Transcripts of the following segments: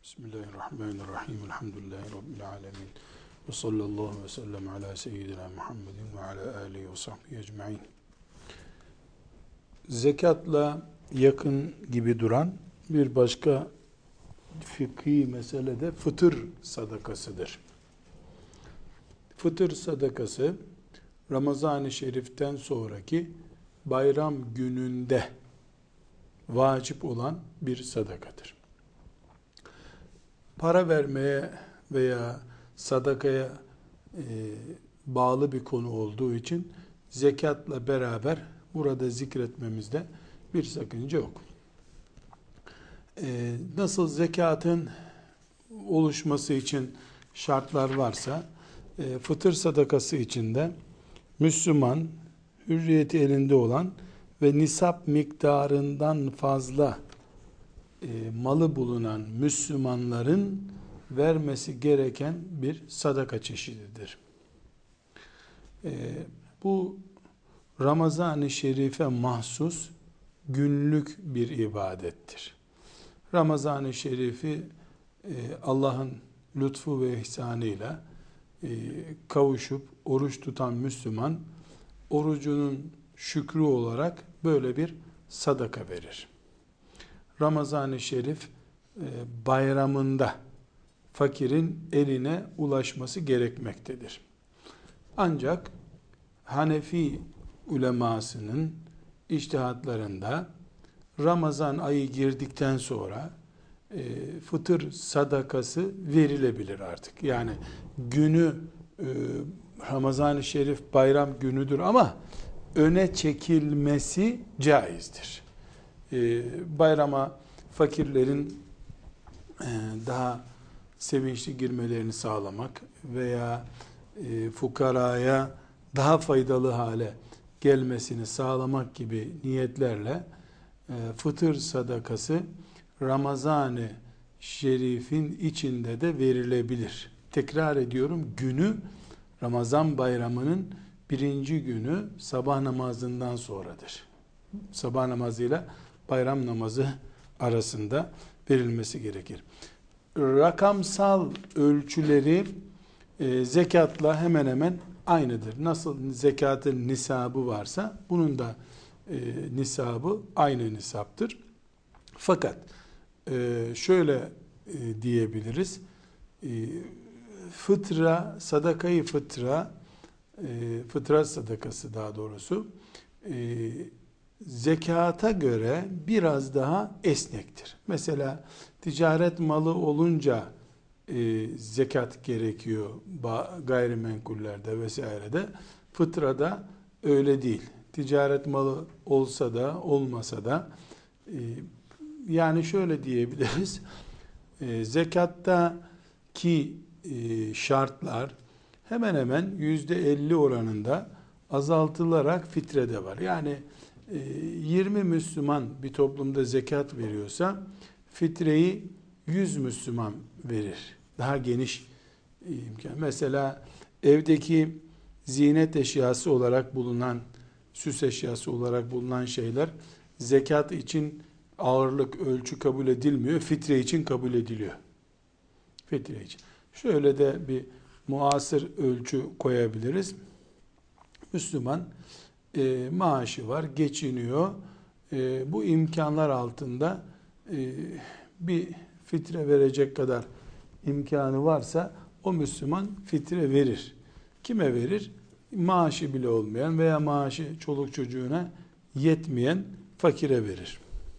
Bismillahirrahmanirrahim. Elhamdülillahi Rabbil alemin. Ve sallallahu ve sellem ala seyyidina Muhammedin ve ala alihi ve sahbihi ecma'in. Zekatla yakın gibi duran bir başka fıkhi mesele de fıtır sadakasıdır. Fıtır sadakası, Ramazan-ı Şerif'ten sonraki bayram gününde vacip olan bir sadakadır. Para vermeye veya sadakaya bağlı bir konu olduğu için zekatla beraber burada zikretmemizde bir sakınca yok. Nasıl zekatın oluşması için şartlar varsa, fıtır sadakası için de Müslüman, hürriyeti elinde olan ve nisap miktarından fazla malı bulunan Müslümanların vermesi gereken bir sadaka çeşididir. Bu Ramazan-ı Şerif'e mahsus günlük bir ibadettir. Ramazan-ı Şerif'i Allah'ın lütfu ve ihsanıyla kavuşup oruç tutan Müslüman, orucunun şükrü olarak böyle bir sadaka verir. Ramazan-ı Şerif bayramında fakirin eline ulaşması gerekmektedir. Ancak Hanefi ulemasının içtihatlarında Ramazan ayı girdikten sonra fıtır sadakası verilebilir artık. Yani günü Ramazan-ı Şerif bayram günüdür ama öne çekilmesi caizdir. Bayrama fakirlerin daha sevinçli girmelerini sağlamak veya fukaraya daha faydalı hale gelmesini sağlamak gibi niyetlerle fıtır sadakası Ramazan-ı Şerif'in içinde de verilebilir. Tekrar ediyorum, günü Ramazan bayramının birinci günü sabah namazından sonradır. Sabah namazıyla bayram namazı arasında verilmesi gerekir. Rakamsal ölçüleri zekatla hemen hemen aynıdır. Nasıl zekatın nisabı varsa bunun da nisabı aynı nisaptır. Fakat şöyle diyebiliriz. Fıtra, sadakayı fıtra, fıtrat sadakası daha doğrusu zekata göre biraz daha esnektir. Mesela ticaret malı olunca zekat gerekiyor gayrimenkullerde vesairede. Fıtrada öyle değil. Ticaret malı olsa da olmasa da yani şöyle diyebiliriz. Zekattaki şartlar hemen hemen %50 oranında azaltılarak fitrede var. Yani 20 Müslüman bir toplumda zekat veriyorsa fitreyi 100 Müslüman verir. Daha geniş imkan. Mesela evdeki ziynet eşyası olarak bulunan, süs eşyası olarak bulunan şeyler zekat için ağırlık ölçü kabul edilmiyor. Fitre için kabul ediliyor. Fitre için. Şöyle de bir muasır ölçü koyabiliriz. Müslüman maaşı var, geçiniyor. Bu imkanlar altında bir fitre verecek kadar imkanı varsa o Müslüman fitre verir. Kime verir? Maaşı bile olmayan veya maaşı çoluk çocuğuna yetmeyen fakire verir.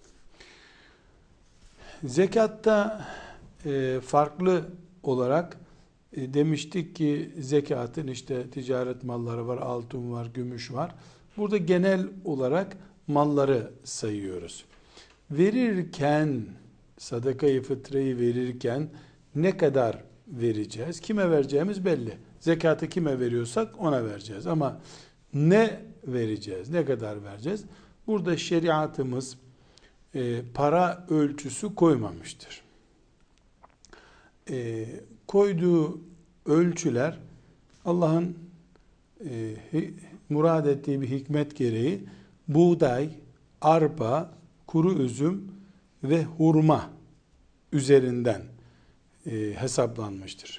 Zekatta farklı olarak demiştik ki zekatın işte ticaret malları var, altın var, gümüş var. Burada genel olarak malları sayıyoruz. Verirken, sadakayı fıtrayı verirken ne kadar vereceğiz? Kime vereceğimiz belli. Zekatı kime veriyorsak ona vereceğiz. Ama ne vereceğiz? Ne kadar vereceğiz? Burada şeriatımız para ölçüsü koymamıştır. Koyduğu ölçüler Allah'ın murad ettiği bir hikmet gereği buğday, arpa, kuru üzüm ve hurma üzerinden hesaplanmıştır.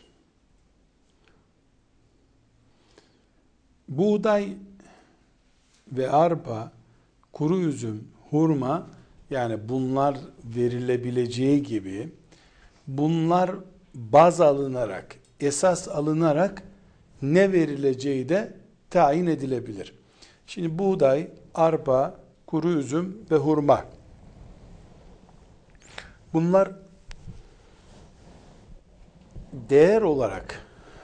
Buğday ve arpa, kuru üzüm, hurma, yani bunlar verilebileceği gibi bunlar baz alınarak, esas alınarak ne verileceği de tayin edilebilir. Şimdi buğday, arpa, kuru üzüm ve hurma. Bunlar değer olarak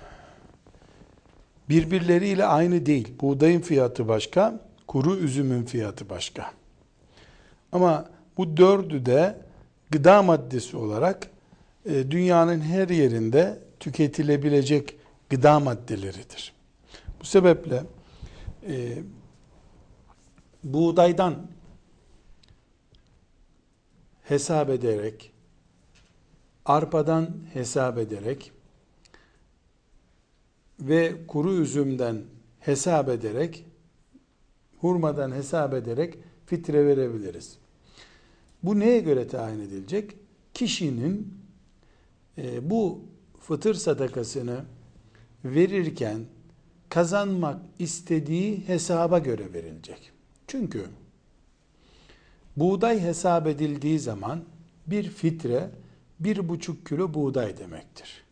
birbirleriyle aynı değil. Buğdayın fiyatı başka, kuru üzümün fiyatı başka. Ama bu dördü de gıda maddesi olarak dünyanın her yerinde tüketilebilecek gıda maddeleridir. Bu sebeple buğdaydan hesap ederek, arpadan hesap ederek ve kuru üzümden hesap ederek, hurmadan hesap ederek fitre verebiliriz. Bu neye göre tayin edilecek? Kişinin bu fıtır sadakasını verirken kazanmak istediği hesaba göre verilecek. Çünkü buğday hesap edildiği zaman bir fitre 1,5 kilo buğday demektir.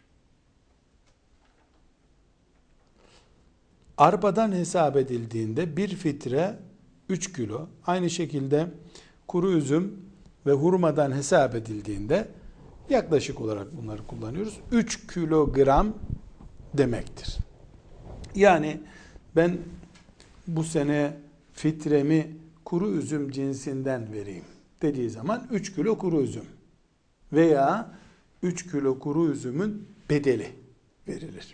Arpadan hesap edildiğinde bir fitre 3 kilo. Aynı şekilde kuru üzüm ve hurmadan hesap edildiğinde yaklaşık olarak bunları kullanıyoruz. 3 kilogram demektir. Yani ben bu sene fitremi kuru üzüm cinsinden vereyim dediği zaman 3 kilo kuru üzüm veya 3 kilo kuru üzümün bedeli verilir.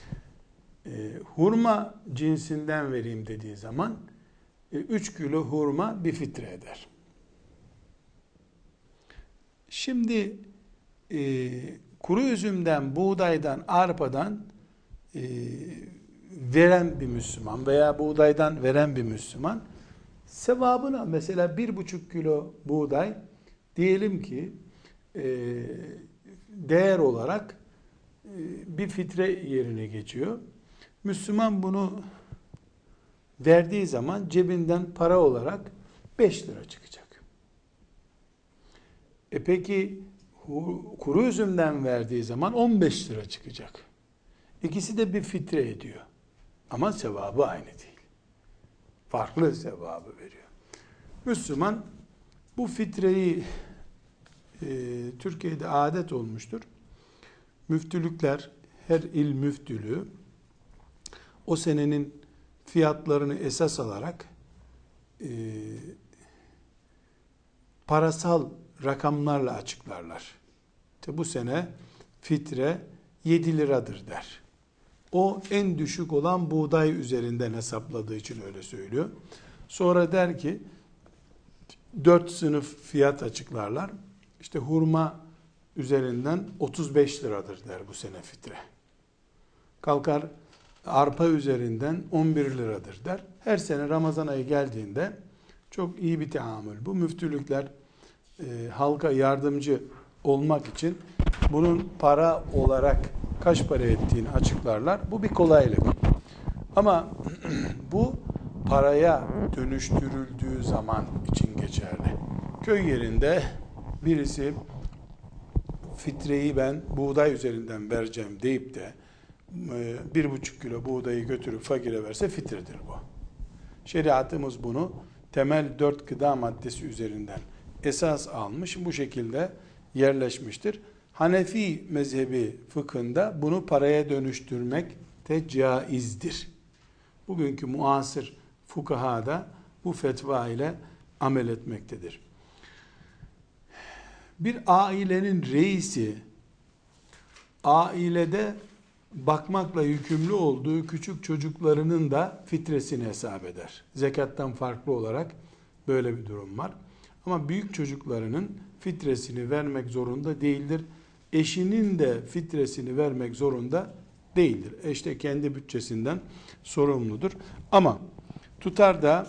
Hurma cinsinden vereyim dediği zaman 3 kilo hurma bir fitre eder. Şimdi kuru üzümden, buğdaydan, arpadan veren bir Müslüman veya buğdaydan veren bir Müslüman sevabına, mesela 1,5 kilo buğday diyelim ki değer olarak bir fitre yerine geçiyor. Müslüman bunu verdiği zaman cebinden para olarak 5 lira çıkacak. Peki kuru üzümden verdiği zaman 15 lira çıkacak. İkisi de bir fitre ediyor. Ama sevabı aynı değil. Farklı sevabı veriyor. Müslüman bu fitreyi Türkiye'de adet olmuştur. Müftülükler, her il müftülüğü o senenin fiyatlarını esas alarak parasal rakamlarla açıklarlar. İşte bu sene fitre 7 liradır der. O en düşük olan buğday üzerinden hesapladığı için öyle söylüyor. Sonra der ki 4 sınıf fiyat açıklarlar. İşte hurma üzerinden 35 liradır der bu sene fitre. Kalkar arpa üzerinden 11 liradır der. Her sene Ramazan ayı geldiğinde çok iyi bir teamül. Bu müftülükler halka yardımcı olmak için bunun para olarak kaç para ettiğini açıklarlar. Bu bir kolaylık. Ama bu paraya dönüştürüldüğü zaman için geçerli. Köy yerinde birisi fitreyi ben buğday üzerinden vereceğim deyip de 1,5 kilo buğdayı götürüp fakire verse fitredir bu. Şeriatımız bunu temel 4 gıda maddesi üzerinden esas almış, bu şekilde yerleşmiştir. Hanefi mezhebi fıkhında bunu paraya dönüştürmek de caizdir. Bugünkü muasır fukaha da bu fetva ile amel etmektedir. Bir ailenin reisi, ailede bakmakla yükümlü olduğu küçük çocuklarının da fitresini hesap eder. Zekattan farklı olarak böyle bir durum var. Ama büyük çocuklarının fitresini vermek zorunda değildir. Eşinin de fitresini vermek zorunda değildir. Eş de kendi bütçesinden sorumludur. Ama tutar da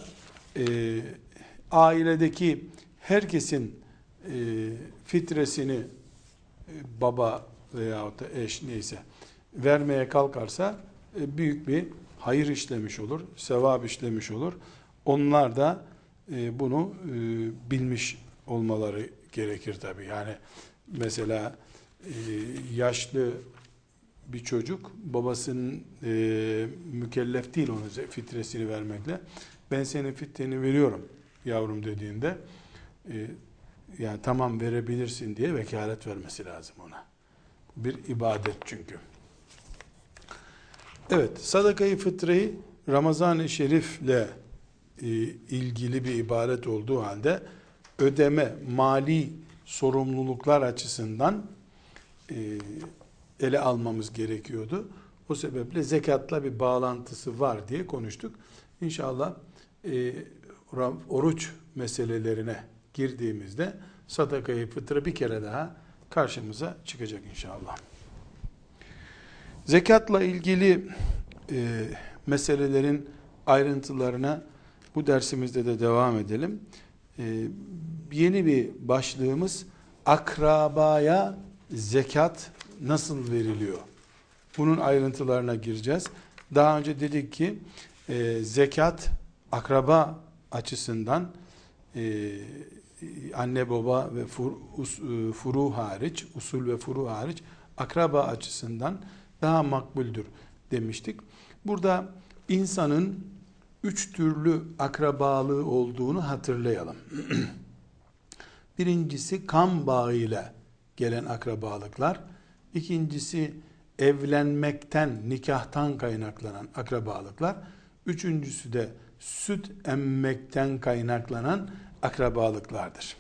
ailedeki herkesin fitresini baba veyahut da eş neyse vermeye kalkarsa büyük bir hayır işlemiş olur, sevap işlemiş olur. Onlar da bunu bilmiş olmaları gerekir tabii. Yani mesela yaşlı bir çocuk babasının mükellef değil onun fitresini vermekle. Ben senin fitreni veriyorum yavrum dediğinde yani tamam verebilirsin diye vekalet vermesi lazım ona. Bir ibadet çünkü. Evet, sadakayı fıtreyi Ramazan-ı Şerif'le ilgili bir ibadet olduğu halde ödeme, mali sorumluluklar açısından ele almamız gerekiyordu. O sebeple zekatla bir bağlantısı var diye konuştuk. İnşallah oruç meselelerine girdiğimizde sadakayı fıtre bir kere daha karşımıza çıkacak inşallah. Zekatla ilgili meselelerin ayrıntılarına bu dersimizde de devam edelim. Yeni bir başlığımız akrabaya zekat nasıl veriliyor? Bunun ayrıntılarına gireceğiz. Daha önce dedik ki zekat akraba açısından anne baba ve furu hariç, usul ve furu hariç akraba açısından daha makbuldür demiştik. Burada insanın 3 türlü akrabalığı olduğunu hatırlayalım. Birincisi kan bağıyla gelen akrabalıklar. İkincisi evlenmekten, nikahtan kaynaklanan akrabalıklar. Üçüncüsü de süt emmekten kaynaklanan akrabalıklardır.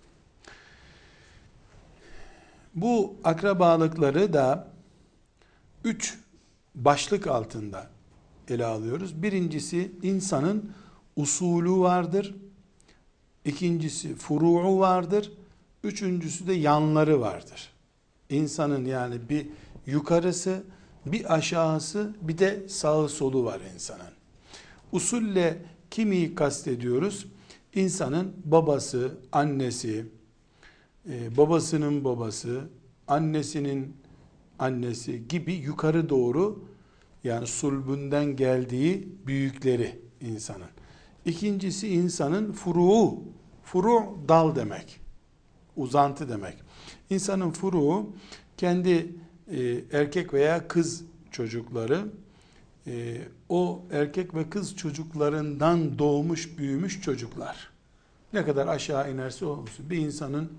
Bu akrabalıkları da 3 başlık altında ele alıyoruz. Birincisi insanın usulü vardır. İkincisi furu'u vardır. Üçüncüsü de yanları vardır. İnsanın yani bir yukarısı, bir aşağısı, bir de sağı solu var insanın. Usulle kimi kastediyoruz? İnsanın babası, annesi, babasının babası, annesinin annesi gibi yukarı doğru yani sulbünden geldiği büyükleri insanın. İkincisi insanın furuğu. Furu dal demek. Uzantı demek. İnsanın furuğu kendi erkek veya kız çocukları o erkek ve kız çocuklarından doğmuş büyümüş çocuklar. Ne kadar aşağı inerse olsun. Bir insanın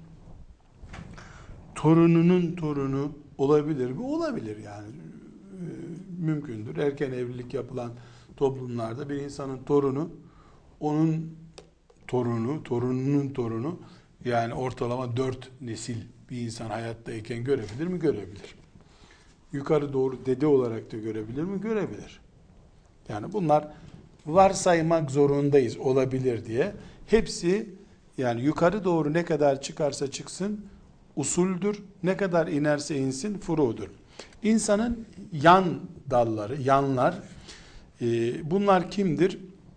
torununun torunu olabilir mi? Olabilir yani. Mümkündür. Erken evlilik yapılan toplumlarda bir insanın torunu, onun torunu, torununun torunu yani ortalama 4 nesil bir insan hayattayken görebilir mi? Görebilir. Yukarı doğru dede olarak da görebilir mi? Görebilir. Yani bunlar varsaymak zorundayız olabilir diye. Hepsi yani yukarı doğru ne kadar çıkarsa çıksın usuldür. Ne kadar inerse insin furudur. İnsanın yan dalları, yanlar bunlar kimdir?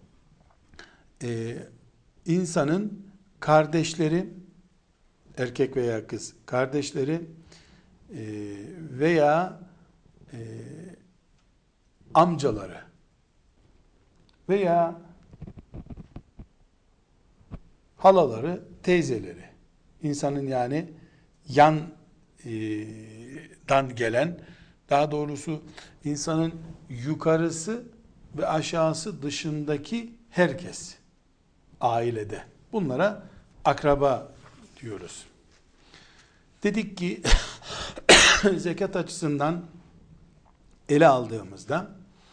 İnsanın kardeşleri, erkek veya kız kardeşleri veya amcaları veya halaları, teyzeleri, insanın yani yandan gelen, daha doğrusu insanın yukarısı ve aşağısı dışındaki herkes ailede. Bunlara akraba diyoruz. Dedik ki zekat açısından ele aldığımızda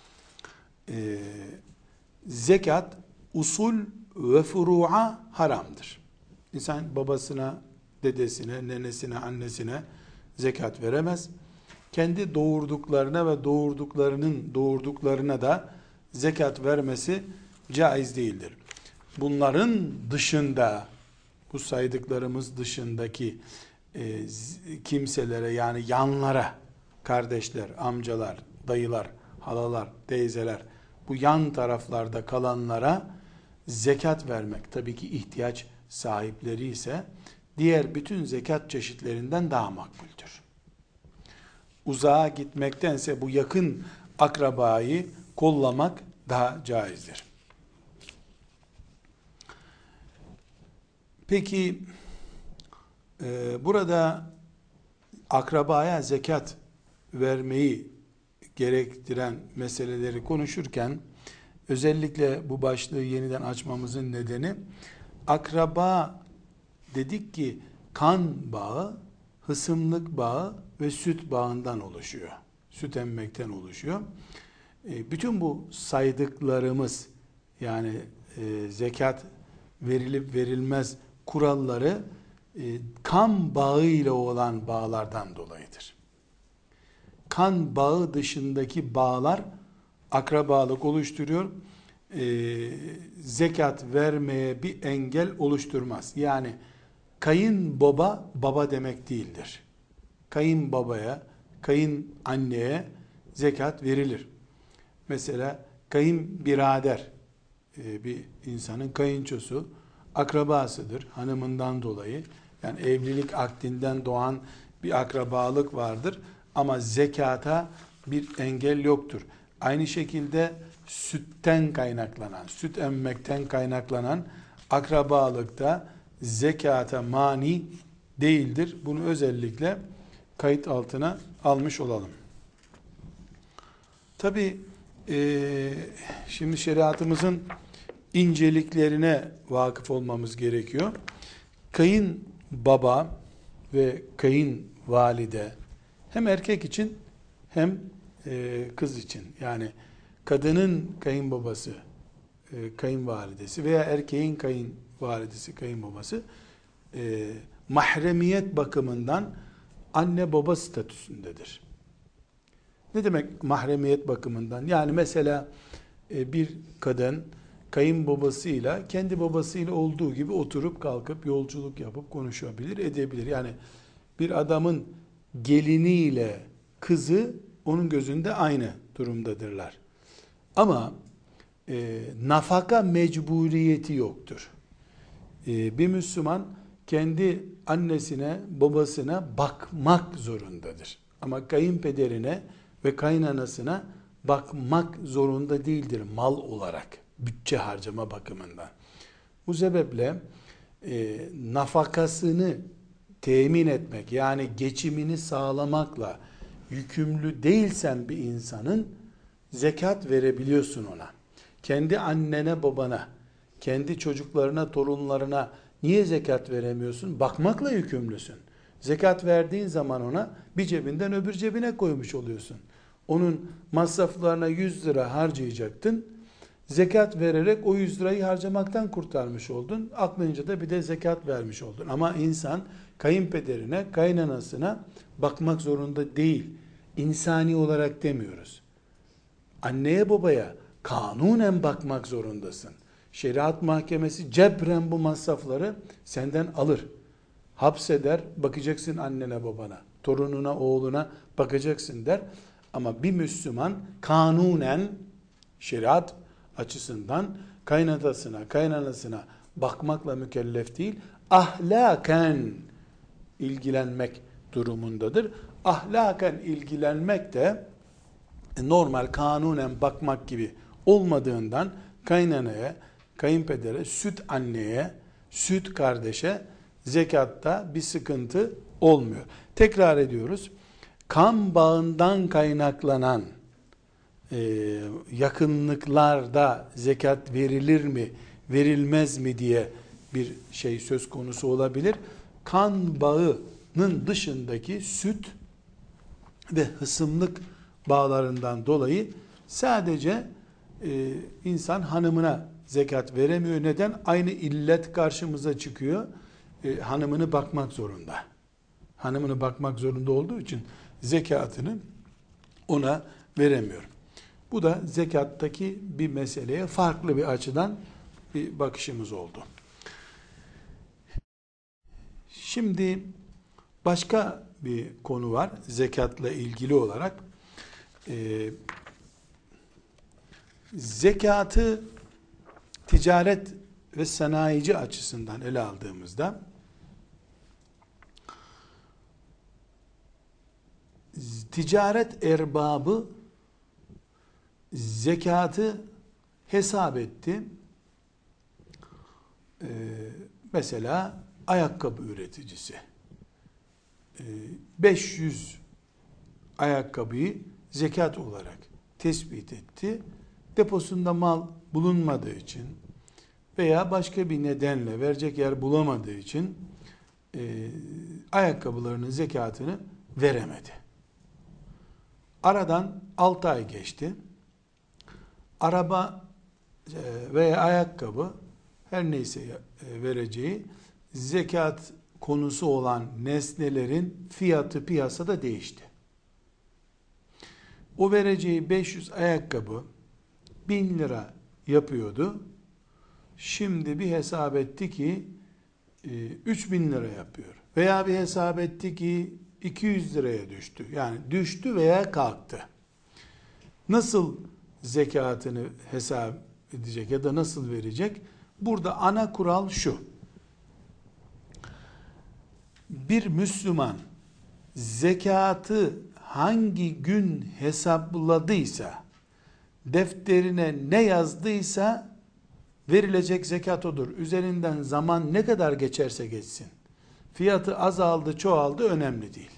zekat usul ve furu'a haramdır. İnsan babasına, dedesine, nenesine, annesine zekat veremez. Kendi doğurduklarına ve doğurduklarının doğurduklarına da zekat vermesi caiz değildir. Bunların dışında, bu saydıklarımız dışındaki kimselere yani yanlara, kardeşler, amcalar, dayılar, halalar, teyzeler, bu yan taraflarda kalanlara zekat vermek tabii ki ihtiyaç sahipleri ise diğer bütün zekat çeşitlerinden daha makbuldür. uzağa gitmektense bu yakın akrabayı kollamak daha caizdir. Peki burada akrabaya zekat vermeyi gerektiren meseleleri konuşurken özellikle bu başlığı yeniden açmamızın nedeni, akraba dedik ki kan bağı, hısımlık bağı ve süt bağından oluşuyor. Süt emmekten oluşuyor. Bütün bu saydıklarımız, yani zekat verilip verilmez kuralları kan bağı ile olan bağlardan dolayıdır. Kan bağı dışındaki bağlar akrabalık oluşturuyor. Zekat vermeye bir engel oluşturmaz. Yani kayınbaba baba demek değildir. Kayınbabaya, kayınanneye zekat verilir. Mesela kayınbirader, bir insanın kayınçosu akrabasıdır hanımından dolayı. Yani evlilik akdinden doğan bir akrabalık vardır ama zekata bir engel yoktur. Aynı şekilde sütten kaynaklanan, süt emmekten kaynaklanan akrabalıkta zekata mani değildir. Bunu özellikle kayıt altına almış olalım. Tabi şimdi şeriatımızın inceliklerine vakıf olmamız gerekiyor. Kayınbaba ve kayınvalide hem erkek için hem kız için, yani kadının kayınbabası, kayınvalidesi veya erkeğin kayınvalidesi, kayınbabası mahremiyet bakımından anne baba statüsündedir. Ne demek mahremiyet bakımından? Yani mesela bir kadın kayınbabasıyla kendi babasıyla olduğu gibi oturup kalkıp yolculuk yapıp konuşabilir, edebilir. Yani bir adamın geliniyle kızı onun gözünde aynı durumdadırlar. Ama nafaka mecburiyeti yoktur. Bir Müslüman kendi annesine, babasına bakmak zorundadır. Ama kayınpederine ve kaynanasına bakmak zorunda değildir mal olarak, bütçe harcama bakımından. Bu sebeple nafakasını temin etmek, yani geçimini sağlamakla yükümlü değilsen bir insanın, zekat verebiliyorsun ona. Kendi annene, babana, kendi çocuklarına, torunlarına niye zekat veremiyorsun? Bakmakla yükümlüsün. Zekat verdiğin zaman ona bir cebinden öbür cebine koymuş oluyorsun. Onun masraflarına 100 lira harcayacaktın. Zekat vererek o 100 lirayı harcamaktan kurtarmış oldun. Aklınca da bir de zekat vermiş oldun. Ama insan kayınpederine, kaynanasına bakmak zorunda değil. İnsani olarak demiyoruz. Anneye babaya kanunen bakmak zorundasın. Şeriat mahkemesi cebren bu masrafları senden alır. Hapseder, bakacaksın annene babana, torununa, oğluna bakacaksın der. Ama bir Müslüman kanunen şeriat açısından kaynatasına, kaynanasına bakmakla mükellef değil, ahlaken ilgilenmek durumundadır. Ahlaken ilgilenmek de normal kanunen bakmak gibi olmadığından kaynanaya, kayınpedere, süt anneye, süt kardeşe zekatta bir sıkıntı olmuyor. Tekrar ediyoruz. Kan bağından kaynaklanan yakınlıklarda zekat verilir mi, verilmez mi diye bir şey söz konusu olabilir. Kan bağının dışındaki süt ve hısımlık bağlarından dolayı sadece insan hanımına zekat veremiyor. Neden? Aynı illet karşımıza çıkıyor. Hanımını bakmak zorunda. Hanımını bakmak zorunda olduğu için zekatını ona veremiyor. Bu da zekattaki bir meseleye farklı bir açıdan bir bakışımız oldu. Şimdi başka bir konu var zekatla ilgili olarak. Zekatı ticaret ve sanayici açısından ele aldığımızda ticaret erbabı zekatı hesap etti. Mesela ayakkabı üreticisi 500 ayakkabıyı zekat olarak tespit etti. Deposunda mal bulunmadığı için veya başka bir nedenle verecek yer bulamadığı için ayakkabılarının zekatını veremedi. Aradan 6 ay geçti. Araba veya ayakkabı her neyse vereceği zekat konusu olan nesnelerin fiyatı piyasada değişti. O vereceği 500 ayakkabı 1000 lira yapıyordu. Şimdi bir hesap etti ki 3000 lira yapıyor. Veya bir hesap etti ki 200 liraya düştü. Yani düştü veya kalktı. Nasıl zekatını hesap edecek ya da nasıl verecek? Burada ana kural şu. Bir Müslüman zekatı hangi gün hesapladıysa, defterine ne yazdıysa verilecek zekat odur. Üzerinden zaman ne kadar geçerse geçsin. Fiyatı azaldı, çoğaldı önemli değil.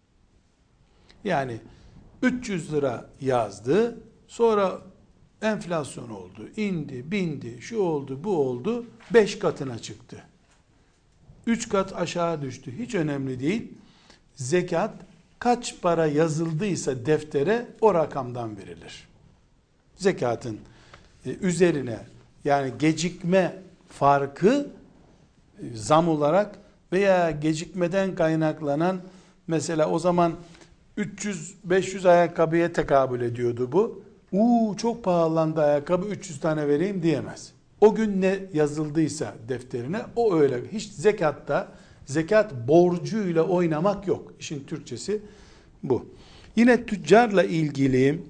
Yani 300 lira yazdı, sonra enflasyon oldu, indi, bindi, şu oldu, bu oldu, 5 katına çıktı. 3 kat aşağı düştü. Hiç önemli değil. Zekat kaç para yazıldıysa deftere o rakamdan verilir. Zekatın üzerine yani gecikme farkı zam olarak veya gecikmeden kaynaklanan mesela o zaman 300-500 ayakkabıya tekabül ediyordu bu. Çok pahalandı ayakkabı 300 tane vereyim diyemez. O gün ne yazıldıysa defterine o öyle. Hiç zekatta zekat borcuyla oynamak yok. İşin Türkçesi bu. Yine tüccarla ilgili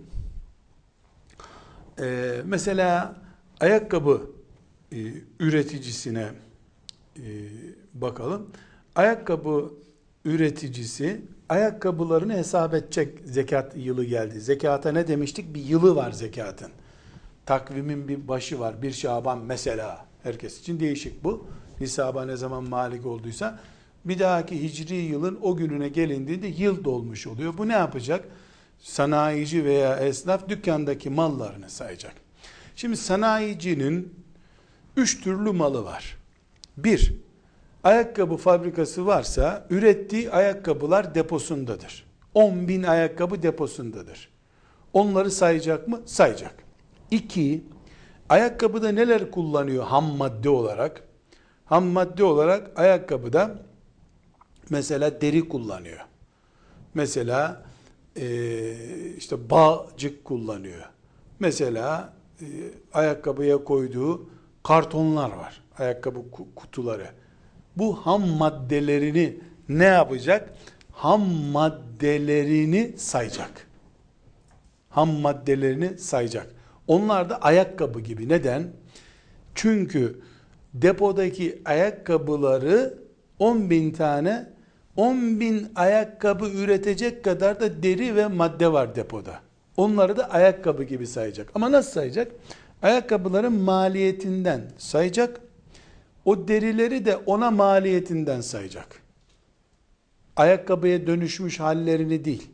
mesela ayakkabı üreticisine bakalım. Ayakkabı üreticisi ayakkabılarını hesap edecek zekat yılı geldi. Zekata ne demiştik? Bir yılı var zekatın. Takvimin bir başı var. 1 Şaban mesela. Herkes için değişik bu. Nisaba ne zaman malik olduysa bir dahaki hicri yılın o gününe gelindiğinde yıl dolmuş oluyor. Bu ne yapacak? Sanayici veya esnaf dükkandaki mallarını sayacak. Şimdi sanayicinin 3 türlü malı var. 1. Ayakkabı fabrikası varsa ürettiği ayakkabılar deposundadır. 10.000 ayakkabı deposundadır. Onları sayacak mı? Sayacak. 2. Ayakkabıda neler kullanıyor ham madde olarak? Ham madde olarak ayakkabıda mesela deri kullanıyor. Mesela işte bağcık kullanıyor. Mesela ayakkabıya koyduğu kartonlar var. Ayakkabı kutuları. Bu ham maddelerini ne yapacak? Ham maddelerini sayacak. Ham maddelerini sayacak. Onlar da ayakkabı gibi. Neden? Çünkü depodaki ayakkabıları 10.000 tane 10.000 ayakkabı üretecek kadar da deri ve madde var depoda. Onları da ayakkabı gibi sayacak. Ama nasıl sayacak? Ayakkabıların maliyetinden sayacak. O derileri de ona maliyetinden sayacak. Ayakkabıya dönüşmüş hallerini değil.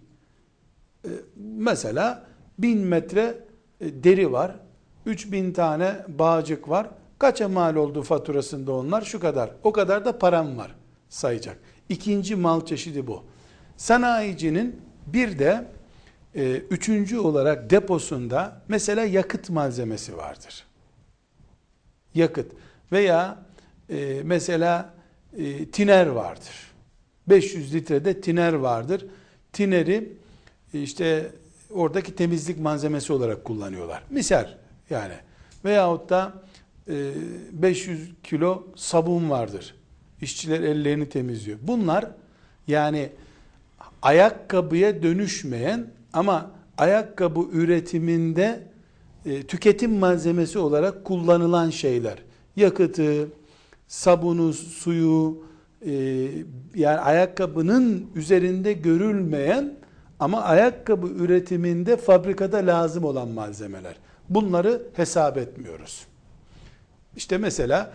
Mesela 1000 metre deri var. 3000 tane bağcık var. Kaça mal oldu faturasında onlar? Şu kadar. O kadar da param var sayacak. İkinci mal çeşidi bu. Sanayicinin bir de üçüncü olarak deposunda mesela yakıt malzemesi vardır. Yakıt veya mesela tiner vardır. 500 litrede tiner vardır. Tineri işte oradaki temizlik malzemesi olarak kullanıyorlar. Misal yani. Veyahut da 500 kilo sabun vardır. İşçiler ellerini temizliyor. Bunlar yani ayakkabıya dönüşmeyen ama ayakkabı üretiminde tüketim malzemesi olarak kullanılan şeyler. Yakıtı, sabunu, suyu, yani ayakkabının üzerinde görülmeyen Ama ayakkabı üretiminde fabrikada lazım olan malzemeler. Bunları hesap etmiyoruz. İşte mesela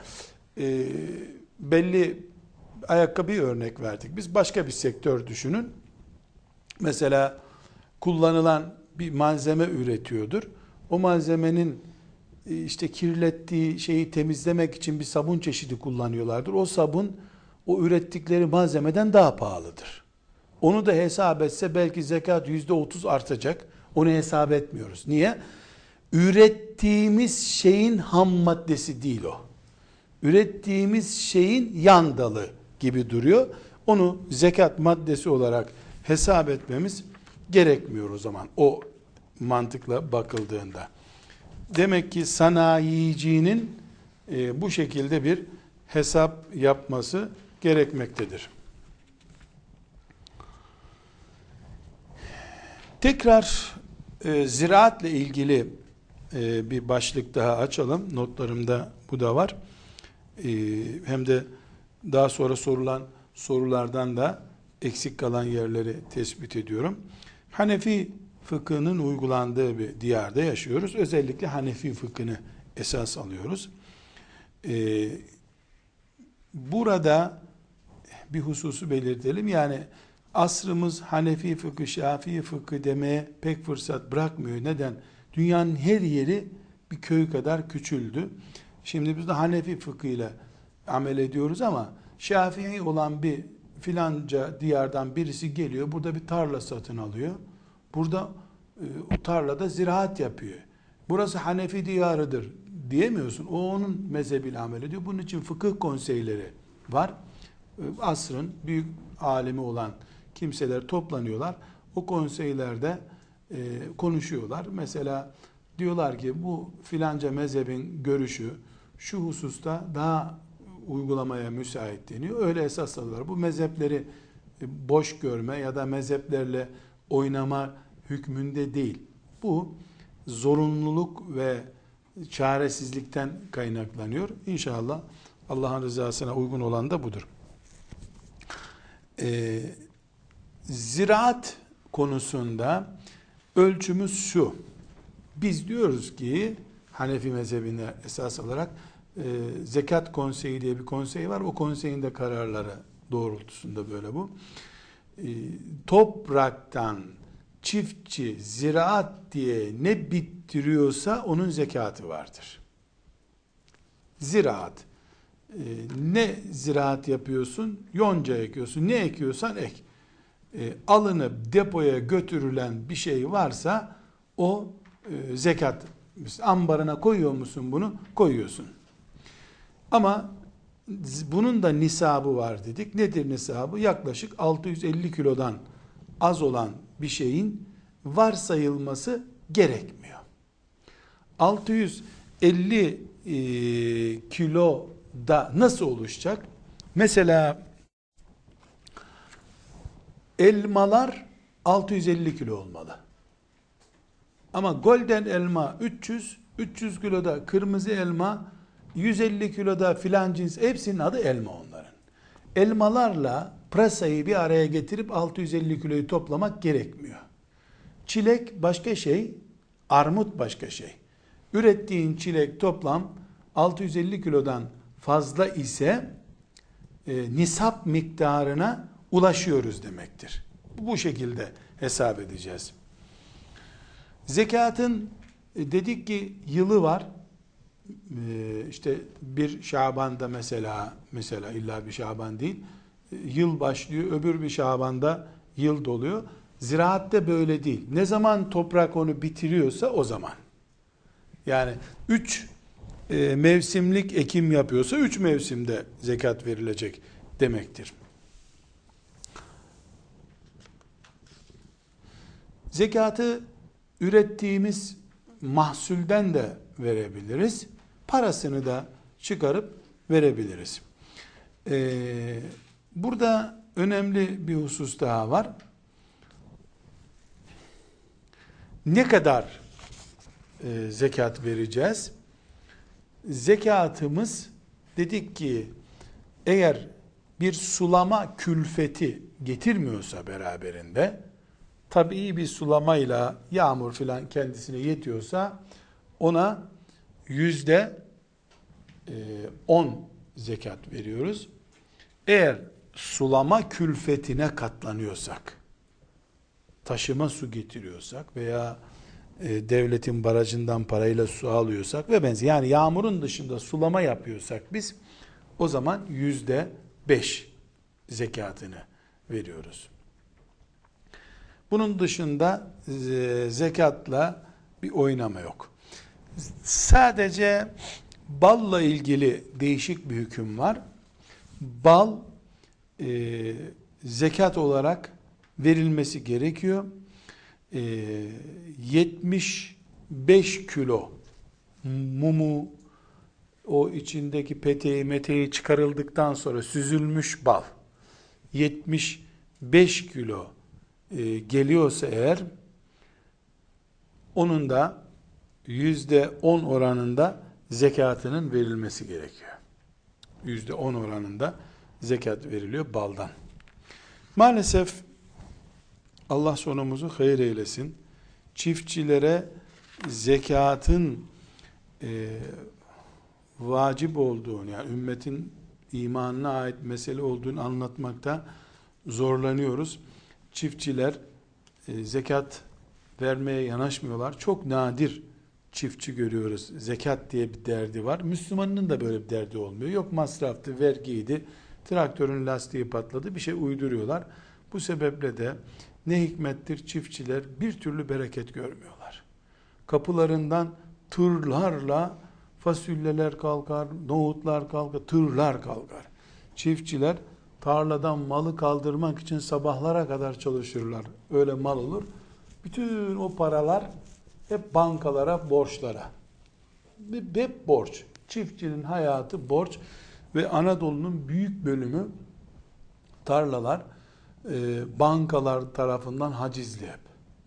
belli ayakkabıyı örnek verdik. Biz başka bir sektör düşünün. Mesela kullanılan bir malzeme üretiyordur. O malzemenin işte kirlettiği şeyi temizlemek için bir sabun çeşidi kullanıyorlardır. O sabun o ürettikleri malzemeden daha pahalıdır. Onu da hesap etse belki zekat %30 artacak. Onu hesap etmiyoruz. Niye? Ürettiğimiz şeyin ham maddesi değil o. Ürettiğimiz şeyin yan dalı gibi duruyor. Onu zekat maddesi olarak hesap etmemiz gerekmiyor o zaman. O mantıkla bakıldığında. Demek ki sanayicinin bu şekilde bir hesap yapması gerekmektedir. Tekrar ziraatle ilgili bir başlık daha açalım. Notlarımda bu da var. Hem de daha sonra sorulan sorulardan da eksik kalan yerleri tespit ediyorum. Hanefi fıkhının uygulandığı bir diyarda yaşıyoruz. Özellikle Hanefi fıkhını esas alıyoruz. Burada bir hususu belirtelim. Yani asrımız Hanefi fıkhı, Şafii fıkhı demeye pek fırsat bırakmıyor. Neden? Dünyanın her yeri bir köy kadar küçüldü. Şimdi biz de Hanefi fıkhıyla amel ediyoruz ama Şafii olan bir filanca diyardan birisi geliyor. Burada bir tarla satın alıyor. Burada o tarlada ziraat yapıyor. Burası Hanefi diyarıdır diyemiyorsun. O onun mezhebiyle amel ediyor. Bunun için fıkıh konseyleri var. Asrın büyük alimi olan kimseler toplanıyorlar. O konseylerde konuşuyorlar. Mesela diyorlar ki bu filanca mezhebin görüşü şu hususta daha uygulamaya müsait deniyor. Öyle esas alıyorlar. Bu mezhepleri boş görme ya da mezheplerle oynama hükmünde değil. Bu zorunluluk ve çaresizlikten kaynaklanıyor. İnşallah Allah'ın rızasına uygun olan da budur. Ziraat konusunda ölçümüz şu. Biz diyoruz ki Hanefi mezhebine esas alarak zekat konseyi diye bir konsey var. O konseyin de kararları doğrultusunda böyle bu. Topraktan çiftçi ziraat diye ne bittiriyorsa onun zekatı vardır. Ziraat. Ne ziraat yapıyorsun? Yonca ekiyorsun. Ne ekiyorsan ek. Alınıp depoya götürülen bir şey varsa o zekat. Ambarına koyuyor musun bunu? Koyuyorsun. Ama bunun da nisabı var dedik. Nedir nisabı? Yaklaşık 650 kilodan az olan bir şeyin varsayılması gerekmiyor. 650 kiloda nasıl oluşacak? Mesela elmalar 650 kilo olmalı. Ama golden elma 300 kiloda kırmızı elma 150 kiloda filan cins, hepsinin adı elma onların. Elmalarla pırasayı bir araya getirip 650 kiloyu toplamak gerekmiyor. Çilek başka şey, armut başka şey. Ürettiğin çilek toplam 650 kilodan fazla ise nisap miktarına ulaşıyoruz demektir. Bu şekilde hesap edeceğiz. Zekatın dedik ki yılı var. İşte bir Şaban'da mesela illa bir Şaban değil, yıl başlıyor, öbür bir Şaban'da yıl doluyor. Ziraatte böyle değil. Ne zaman toprak onu bitiriyorsa o zaman. Yani 3 mevsimlik ekim yapıyorsa 3 mevsimde zekat verilecek demektir. Zekatı ürettiğimiz mahsulden de verebiliriz. Parasını da çıkarıp verebiliriz. Burada önemli bir husus daha var. Ne kadar zekat vereceğiz? Zekatımız dedik ki eğer bir sulama külfeti getirmiyorsa beraberinde, tabii bir sulamayla yağmur filan kendisine yetiyorsa ona %10 zekat veriyoruz. Eğer sulama külfetine katlanıyorsak, taşıma su getiriyorsak veya devletin barajından parayla su alıyorsak ve benzeri, yani yağmurun dışında sulama yapıyorsak biz, o zaman %5 zekatını veriyoruz. Bunun dışında zekatla bir oynama yok. Sadece balla ilgili değişik bir hüküm var. Bal zekat olarak verilmesi gerekiyor. 75 kilo mumu, o içindeki peteği meteği çıkarıldıktan sonra süzülmüş bal 75 kilo geliyorsa eğer, onun da %10 oranında zekatının verilmesi gerekiyor. %10 oranında zekat veriliyor baldan. Maalesef Allah sonumuzu hayır eylesin, çiftçilere zekatın vacip olduğunu, yani ümmetin imanına ait mesele olduğunu anlatmakta zorlanıyoruz. Çiftçiler zekat vermeye yanaşmıyorlar. Çok nadir çiftçi görüyoruz. Zekat diye bir derdi var. Müslümanın da böyle bir derdi olmuyor. Yok masraftı, vergiydi, traktörün lastiği patladı, bir şey uyduruyorlar. Bu sebeple de ne hikmettir çiftçiler bir türlü bereket görmüyorlar. Kapılarından tırlarla fasulyeler kalkar, nohutlar kalkar, tırlar kalkar. Çiftçiler tarladan malı kaldırmak için sabahlara kadar çalışırlar. Öyle mal olur. Bütün o paralar hep bankalara, borçlara. Hep borç. Çiftçinin hayatı borç ve Anadolu'nun büyük bölümü tarlalar bankalar tarafından hacizli hep.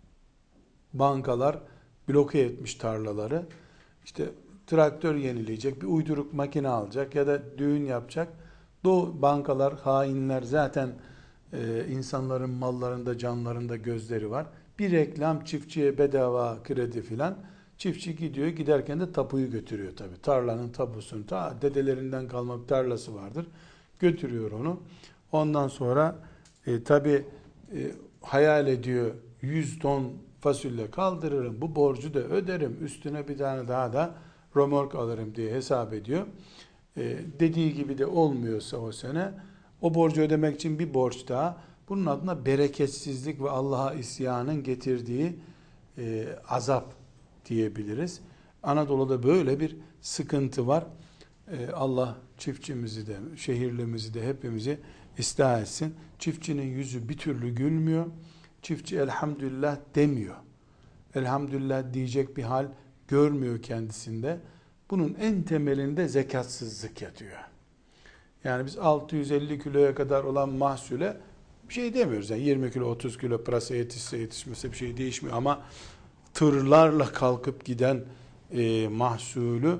Bankalar bloke etmiş tarlaları. İşte traktör yenileyecek, bir uyduruk makine alacak ya da düğün yapacak. Bankalar, hainler zaten insanların mallarında, canlarında gözleri var. Bir reklam, çiftçiye bedava kredi filan. Çiftçi gidiyor, giderken de tapuyu götürüyor tabii. Tarlanın tapusunu, dedelerinden kalma bir tarlası vardır. Götürüyor onu. Ondan sonra tabii hayal ediyor, 100 ton fasulye kaldırırım, bu borcu da öderim, üstüne bir tane daha da römork alırım diye hesap ediyor. Dediği gibi de olmuyorsa o sene, o borcu ödemek için bir borç daha. Bunun adına bereketsizlik ve Allah'a isyanın getirdiği azap diyebiliriz. Anadolu'da böyle bir sıkıntı var. Allah çiftçimizi de, şehirlimizi de, hepimizi ıslah etsin. Çiftçinin yüzü bir türlü gülmüyor. Çiftçi elhamdülillah demiyor. Elhamdülillah diyecek bir hal görmüyor kendisinde. Bunun en temelinde zekatsızlık yatıyor. Yani biz 650 kiloya kadar olan mahsule bir şey demiyoruz. Yani 20 kilo, 30 kilo pırasa yetişse yetişmese bir şey değişmiyor. Ama tırlarla kalkıp giden mahsulü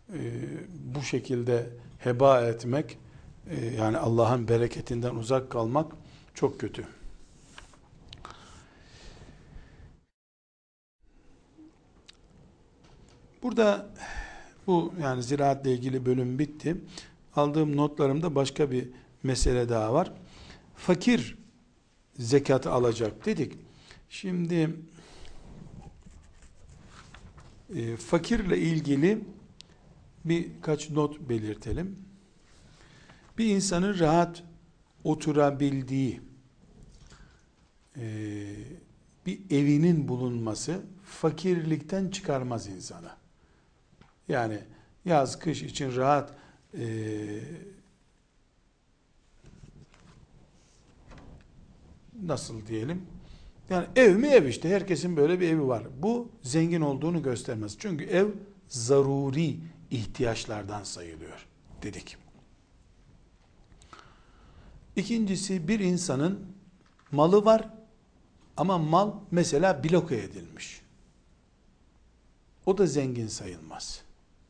bu şekilde heba etmek, yani Allah'ın bereketinden uzak kalmak çok kötü. Burada bu, yani ziraatle ilgili bölüm bitti. Aldığım notlarımda başka bir mesele daha var. Fakir zekat alacak dedik. Şimdi fakirle ilgili birkaç not belirtelim. Bir insanın rahat oturabildiği bir evinin bulunması fakirlikten çıkarmaz insanı. Yani yaz kış için rahat nasıl diyelim? Yani ev mi ev işte. Herkesin böyle bir evi var. Bu zengin olduğunu göstermez. Çünkü ev zaruri ihtiyaçlardan sayılıyor dedik. İkincisi, bir insanın malı var ama mal mesela bloke edilmiş. O da zengin sayılmaz.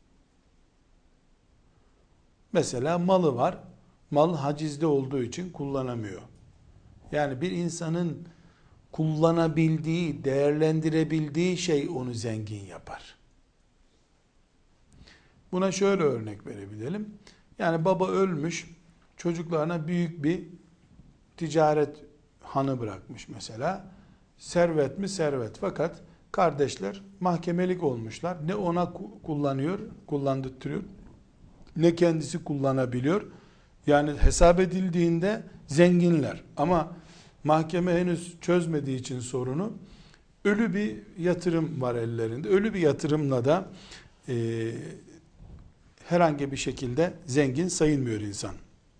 Mesela malı var, mal hacizde olduğu için kullanamıyor. Yani bir insanın kullanabildiği, değerlendirebildiği şey onu zengin yapar. Buna şöyle örnek verebilirim. Yani baba ölmüş, çocuklarına büyük bir ticaret hanı bırakmış mesela. Servet mi? Servet. Fakat kardeşler mahkemelik olmuşlar. Ne ona kullandırtıyor, ne kendisi kullanabiliyor. Yani hesap edildiğinde zenginler. Ama mahkeme henüz çözmediği için sorunu, ölü bir yatırım var ellerinde. Ölü bir yatırımla da herhangi bir şekilde zengin sayılmıyor insan.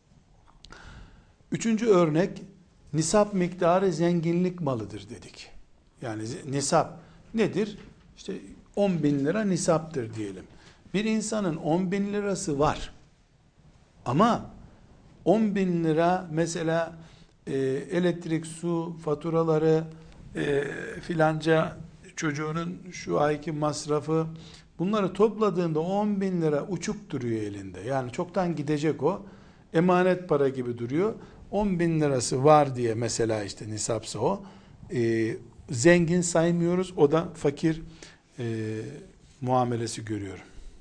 Üçüncü örnek, nisap miktarı zenginlik malıdır dedik. Yani nisap nedir? İşte 10 bin lira nisaptır diyelim. Bir insanın 10 bin lirası var. Ama 10 bin lira mesela elektrik, su faturaları, filanca çocuğunun şu ayki masrafı, bunları topladığında 10 bin lira uçuk duruyor elinde. Yani çoktan gidecek o. Emanet para gibi duruyor. 10 bin lirası var diye mesela işte nisapsa o. Zengin saymıyoruz. O da fakir muamelesi görüyor.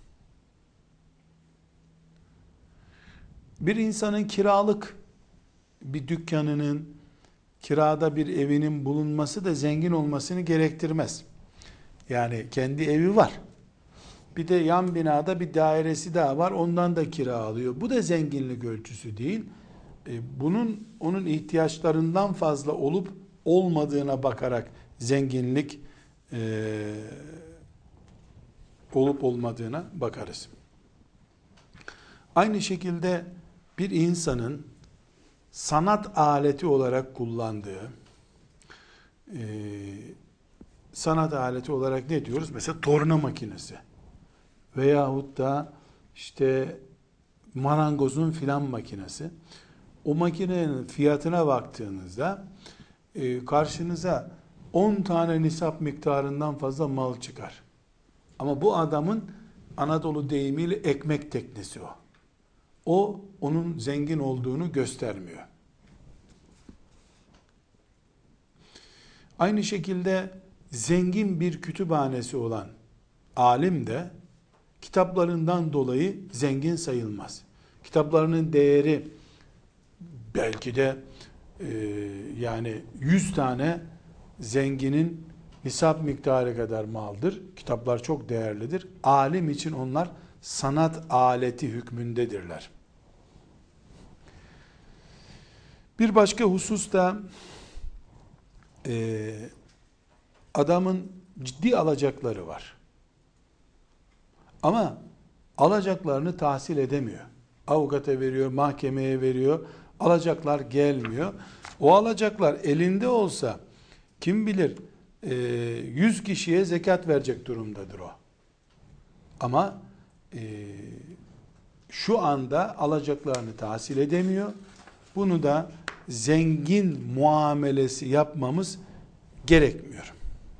Bir insanın kiralık bir dükkanının, kirada bir evinin bulunması da zengin olmasını gerektirmez. Yani kendi evi var. Bir de yan binada bir dairesi daha var. Ondan da kira alıyor. Bu da zenginlik ölçüsü değil. Bunun onun ihtiyaçlarından fazla olup olmadığına bakarak zenginlik olup olmadığına bakarız. Aynı şekilde bir insanın sanat aleti olarak kullandığı, sanat aleti olarak ne diyoruz? Mesela torna makinesi veyahut da işte marangozun filan makinesi. O makinenin fiyatına baktığınızda karşınıza 10 tane nisap miktarından fazla mal çıkar. Ama bu adamın Anadolu deyimiyle ekmek teknesi o. O onun zengin olduğunu göstermiyor. Aynı şekilde zengin bir kütüphanesi olan alim de kitaplarından dolayı zengin sayılmaz. Kitaplarının değeri belki de yani 100 tane zenginin nisap miktarı kadar maldır. Kitaplar çok değerlidir. Alim için onlar sanat aleti hükmündedirler. Bir başka husus da adamın ciddi alacakları var. Ama alacaklarını tahsil edemiyor. Avukata veriyor, mahkemeye veriyor. Alacaklar gelmiyor. O alacaklar elinde olsa kim bilir 100 kişiye zekat verecek durumdadır o. Ama şu anda alacaklarını tahsil edemiyor. Bunu da zengin muamelesi yapmamız gerekmiyor.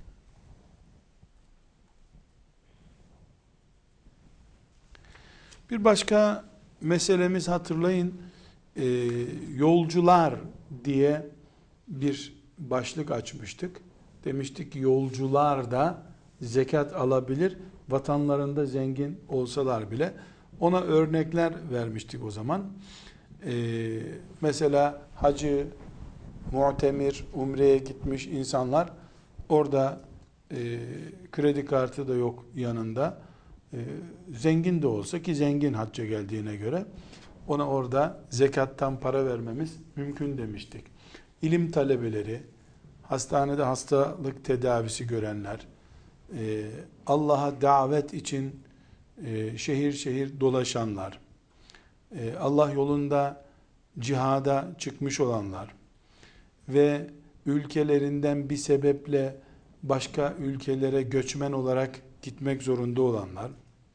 Bir başka meselemiz, hatırlayın, yolcular diye bir başlık açmıştık. Demiştik ki yolcular da zekat alabilir, vatanlarında zengin olsalar bile. Ona örnekler vermiştik o zaman. Mesela hacı, mu'temir, umreye gitmiş insanlar, orada kredi kartı da yok yanında. Zengin de olsa, ki zengin hacca geldiğine göre, ona orada zekattan para vermemiz mümkün demiştik. İlim talebeleri, hastanede hastalık tedavisi görenler, Allah'a davet için şehir şehir dolaşanlar, Allah yolunda cihada çıkmış olanlar ve ülkelerinden bir sebeple başka ülkelere göçmen olarak gitmek zorunda olanlar,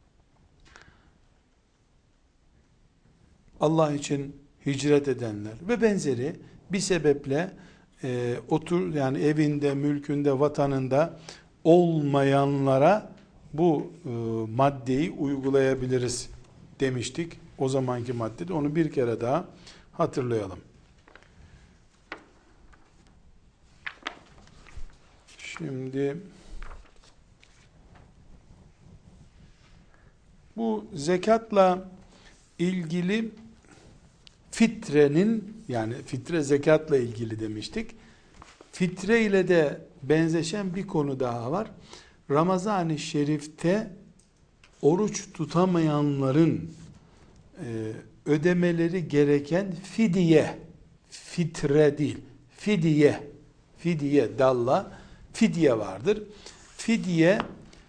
Allah için hicret edenler ve benzeri bir sebeple yani evinde, mülkünde, vatanında olmayanlara bu maddeyi uygulayabiliriz demiştik. O zamanki maddede, onu bir kere daha hatırlayalım. Şimdi bu zekatla ilgili fitrenin, yani fitre zekatla ilgili demiştik. Fitre ile de benzeşen bir konu daha var. Ramazan-ı Şerif'te oruç tutamayanların ödemeleri gereken fidye, fitre değil, fidye dalla fidye vardır. Fidye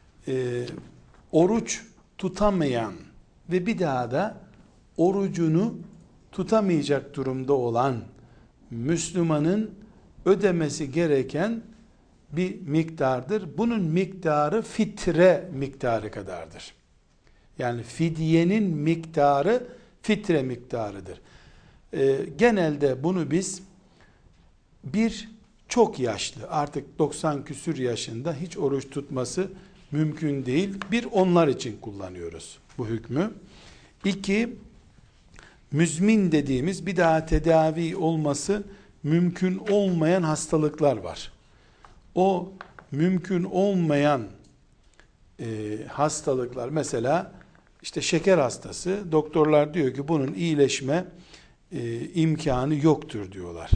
oruç tutamayan ve bir daha da orucunu tutamayacak durumda olan Müslümanın ödemesi gereken bir miktardır. Bunun miktarı fitre miktarı kadardır. Yani fidyenin miktarı fitre miktarıdır. Genelde bunu biz bir çok yaşlı, artık 90 küsür yaşında hiç oruç tutması mümkün değil. Bir, onlar için kullanıyoruz bu hükmü. İki, müzmin dediğimiz bir daha tedavi olması mümkün olmayan hastalıklar var. O mümkün olmayan hastalıklar, mesela işte şeker hastası, doktorlar diyor ki bunun iyileşme imkanı yoktur diyorlar.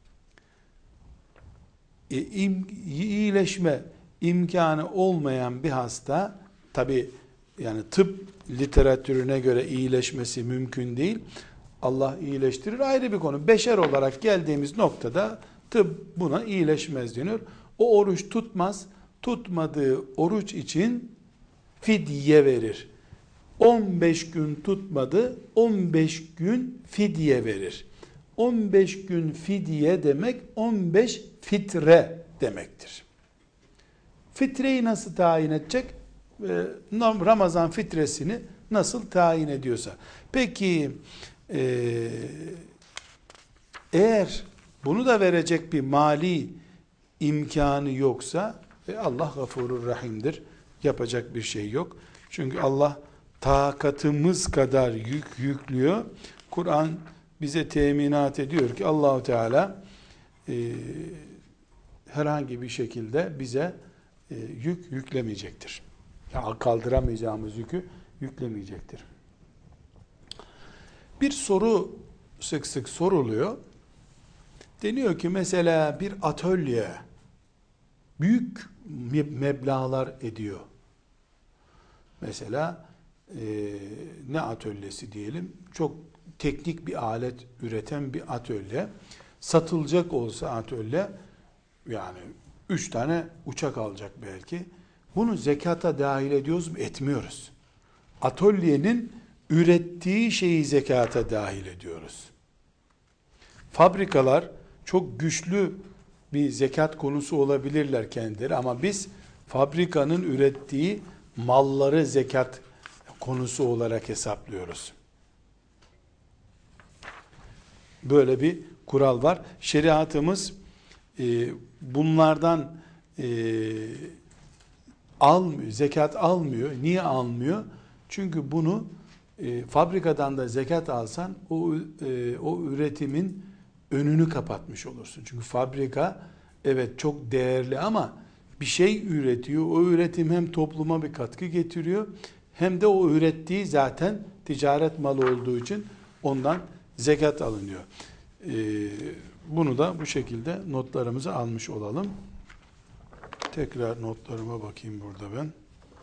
İyileşme imkanı olmayan bir hasta, tabi yani tıp literatürüne göre iyileşmesi mümkün değil. Allah iyileştirir, ayrı bir konu. Beşer olarak geldiğimiz noktada tıp buna iyileşmez deniyor. O oruç tutmaz. Tutmadığı oruç için fidye verir. 15 gün tutmadı, 15 gün fidye verir. 15 gün fidye demek 15 fitre demektir. Fitreyi nasıl tayin edecek? Ramazan fitresini nasıl tayin ediyorsa. Peki eğer bunu da verecek bir mali imkanı yoksa Allah gafurur rahimdir. Yapacak bir şey yok. Çünkü Allah takatımız kadar yük yüklüyor. Kur'an bize teminat ediyor ki Allahu Teala herhangi bir şekilde bize yük yüklemeyecektir. Yani kaldıramayacağımız yükü yüklemeyecektir. Bir soru sık sık soruluyor. Deniyor ki mesela bir atölye büyük meblağlar ediyor. Mesela ne atölyesi diyelim? Çok teknik bir alet üreten bir atölye. Satılacak olsa atölye, yani 3 tane uçak alacak belki. Bunu zekata dahil ediyoruz mu? Etmiyoruz. Atölyenin ürettiği şeyi zekata dahil ediyoruz. Fabrikalar çok güçlü bir zekat konusu olabilirler kendileri, ama biz fabrikanın ürettiği malları zekat konusu olarak hesaplıyoruz. Böyle bir kural var. Şeriatımız bunlardan almıyor, zekat almıyor. Niye almıyor? Çünkü bunu fabrikadan da zekat alsan o üretimin önünü kapatmış olursun. Çünkü fabrika evet çok değerli ama bir şey üretiyor. O üretim hem topluma bir katkı getiriyor, hem de o ürettiği zaten ticaret malı olduğu için ondan zekat alınıyor. Bunu da bu şekilde notlarımızı almış olalım. Tekrar notlarıma bakayım burada ben.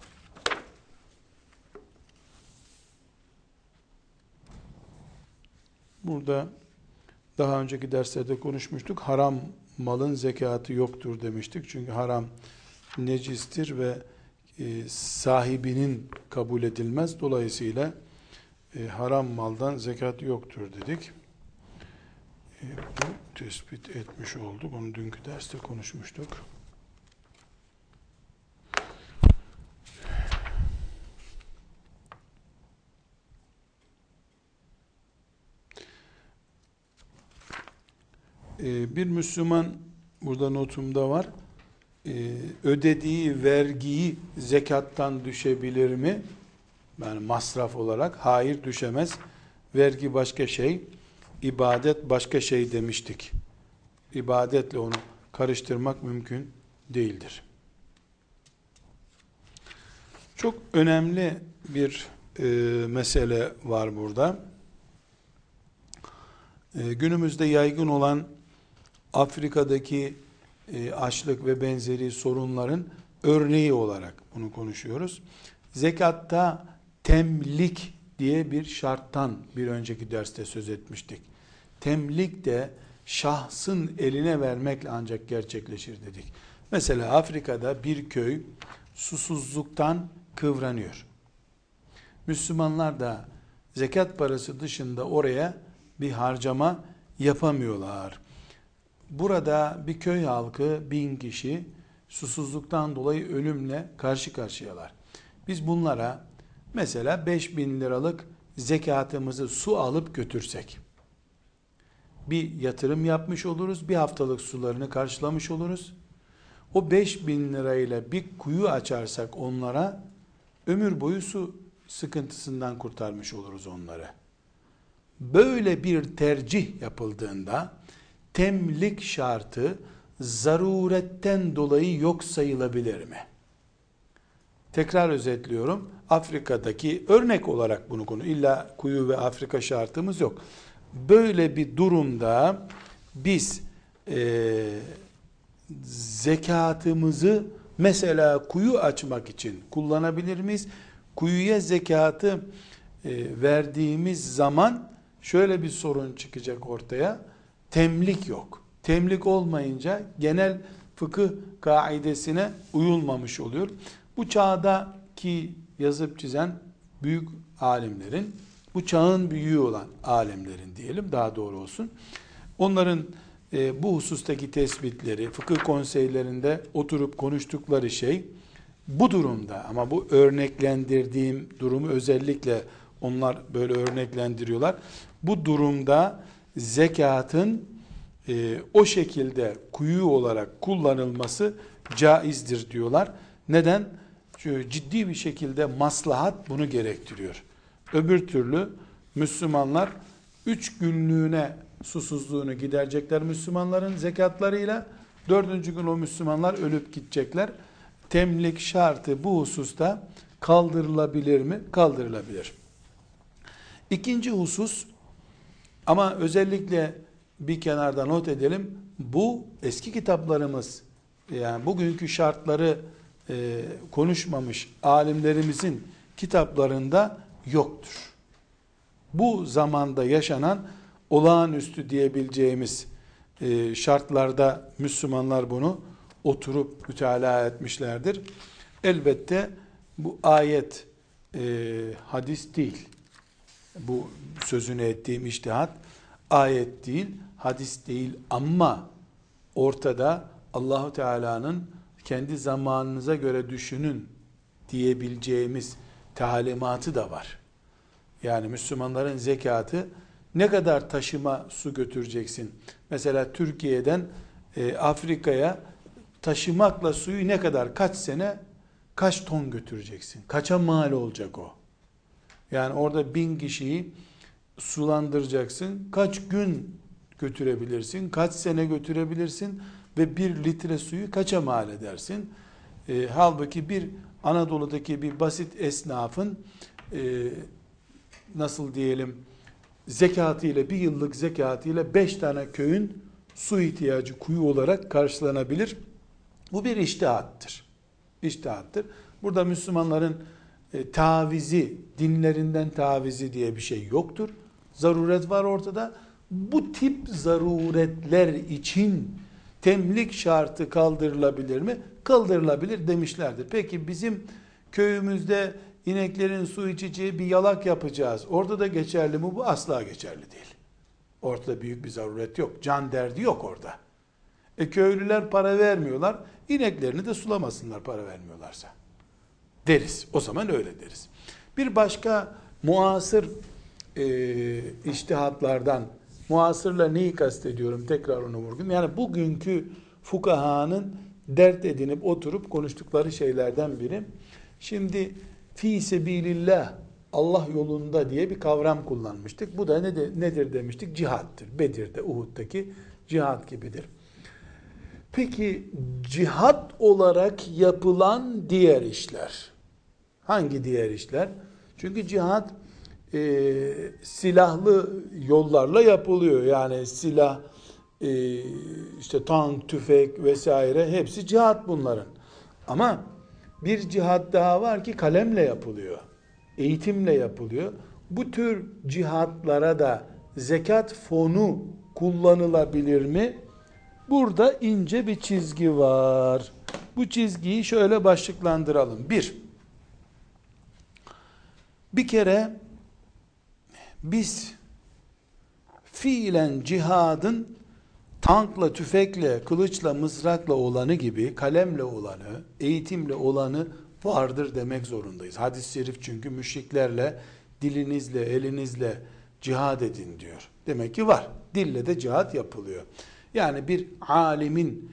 Burada daha önceki derslerde konuşmuştuk. Haram malın zekatı yoktur demiştik. Çünkü haram necistir ve sahibinin kabul edilmez. Dolayısıyla haram maldan zekat yoktur dedik. Bu tespit etmiş olduk. Onu dünkü derste konuşmuştuk. Bir Müslüman, burada notumda var, ödediği vergiyi zekattan düşebilir mi? Yani masraf olarak. Hayır, düşemez. Vergi başka şey, ibadet başka şey demiştik. İbadetle onu karıştırmak mümkün değildir. Çok önemli bir mesele var burada. Günümüzde yaygın olan Afrika'daki açlık ve benzeri sorunların örneği olarak bunu konuşuyoruz. Zekatta temlik diye bir şarttan bir önceki derste söz etmiştik. Temlik de şahsın eline vermekle ancak gerçekleşir dedik. Mesela Afrika'da bir köy susuzluktan kıvranıyor. Müslümanlar da zekat parası dışında oraya bir harcama yapamıyorlar. Burada bir köy halkı 1000 kişi susuzluktan dolayı ölümle karşı karşıyalar. Biz bunlara mesela 5000 liralık zekatımızı su alıp götürsek, bir yatırım yapmış oluruz, bir haftalık sularını karşılamış oluruz. O 5000 lirayla bir kuyu açarsak onlara, ömür boyu su sıkıntısından kurtarmış oluruz onları. Böyle bir tercih yapıldığında, temlik şartı zaruretten dolayı yok sayılabilir mi? Tekrar özetliyorum. Afrika'daki örnek olarak bunu konu. İlla kuyu ve Afrika şartımız yok. Böyle bir durumda biz zekatımızı mesela kuyu açmak için kullanabilir miyiz? Kuyuya zekatı verdiğimiz zaman şöyle bir sorun çıkacak ortaya. Temlik yok. Temlik olmayınca genel fıkıh kaidesine uyulmamış oluyor. Bu çağdaki yazıp çizen büyük alimlerin, bu çağın büyüğü olan alimlerin diyelim, daha doğru olsun, onların bu husustaki tespitleri, fıkıh konseylerinde oturup konuştukları şey bu durumda, ama bu örneklendirdiğim durumu özellikle onlar böyle örneklendiriyorlar. Bu durumda zekatın o şekilde kuyu olarak kullanılması caizdir diyorlar. Neden? Çünkü ciddi bir şekilde maslahat bunu gerektiriyor. Öbür türlü Müslümanlar 3 günlüğüne susuzluğunu giderecekler Müslümanların zekatlarıyla. 4. gün o Müslümanlar ölüp gidecekler. Temlik şartı bu hususta kaldırılabilir mi? Kaldırılabilir. İkinci husus, ama özellikle bir kenarda not edelim. Bu eski kitaplarımız, yani bugünkü şartları konuşmamış alimlerimizin kitaplarında yoktur. Bu zamanda yaşanan olağanüstü diyebileceğimiz şartlarda Müslümanlar bunu oturup mütalaa etmişlerdir. Elbette bu ayet hadis değil. Bu sözünü ettiğim içtihat ayet değil, hadis değil, ama ortada Allahu Teala'nın kendi zamanınıza göre düşünün diyebileceğimiz talimatı da var. Yani Müslümanların zekatı, ne kadar taşıma su götüreceksin? Mesela Türkiye'den Afrika'ya taşımakla suyu ne kadar, kaç sene, kaç ton götüreceksin? Kaça mal olacak o? Yani orada 1000 kişiyi sulandıracaksın. Kaç gün götürebilirsin? Kaç sene götürebilirsin? Ve 1 litre suyu kaça mal edersin? Halbuki bir Anadolu'daki bir basit esnafın nasıl diyelim zekatıyla, bir yıllık zekatıyla 5 tane köyün su ihtiyacı kuyu olarak karşılanabilir. Bu bir içtihattır. İçtihattır. Burada Müslümanların tavizi, dinlerinden tavizi diye bir şey yoktur. Zaruret var ortada. Bu tip zaruretler için temlik şartı kaldırılabilir mi? Kaldırılabilir demişlerdir. Peki bizim köyümüzde ineklerin su içeceği bir yalak yapacağız. Orada da geçerli mi? Bu asla geçerli değil. Ortada büyük bir zaruret yok. Can derdi yok orada. Köylüler para vermiyorlar. İneklerini de sulamasınlar para vermiyorlarsa deriz. O zaman öyle deriz. Bir başka muasır içtihatlardan, muasırla neyi kastediyorum? Tekrar onu vurgum. Yani bugünkü fukahanın dert edinip oturup konuştukları şeylerden biri. Şimdi fi sebilillah, Allah yolunda diye bir kavram kullanmıştık. Bu da nedir demiştik? Cihattır. Bedir'de, Uhud'daki cihat gibidir. Peki cihat olarak yapılan diğer işler? Hangi diğer işler? Çünkü cihat silahlı yollarla yapılıyor. Yani silah, işte tank, tüfek vesaire hepsi cihat bunların. Ama bir cihat daha var ki kalemle yapılıyor. Eğitimle yapılıyor. Bu tür cihatlara da zekat fonu kullanılabilir mi? Burada ince bir çizgi var. Bu çizgiyi şöyle başlıklandıralım. Bir kere biz fiilen cihadın tankla, tüfekle, kılıçla, mızrakla olanı gibi kalemle olanı, eğitimle olanı vardır demek zorundayız. Hadis-i şerif çünkü müşriklerle dilinizle, elinizle cihad edin diyor. Demek ki var. Dille de cihad yapılıyor. Yani bir alimin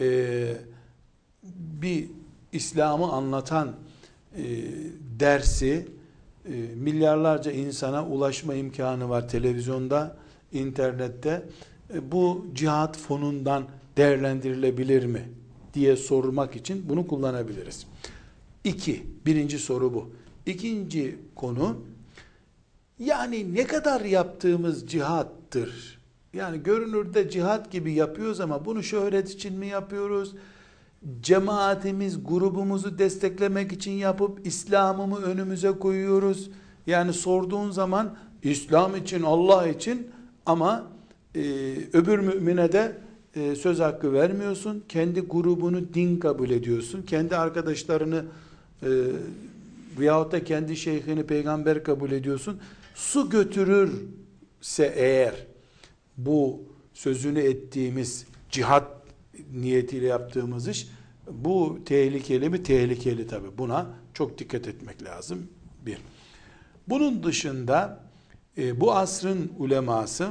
bir İslam'ı anlatan dersi milyarlarca insana ulaşma imkanı var televizyonda, internette. Bu cihat fonundan değerlendirilebilir mi diye sormak için bunu kullanabiliriz. Birinci soru bu. İkinci konu, yani ne kadar yaptığımız cihattır? Yani görünürde cihat gibi yapıyoruz ama bunu şöhret için mi yapıyoruz? Cemaatimiz, grubumuzu desteklemek için yapıp İslam'ımı önümüze koyuyoruz. Yani sorduğun zaman İslam için, Allah için, ama öbür mümine de söz hakkı vermiyorsun. Kendi grubunu din kabul ediyorsun. Kendi arkadaşlarını veyahut da kendi şeyhini peygamber kabul ediyorsun. Su götürürse eğer bu sözünü ettiğimiz cihat niyetiyle yaptığımız iş, bu tehlikeli mi? Tehlikeli tabi. Buna çok dikkat etmek lazım. Bunun dışında bu asrın uleması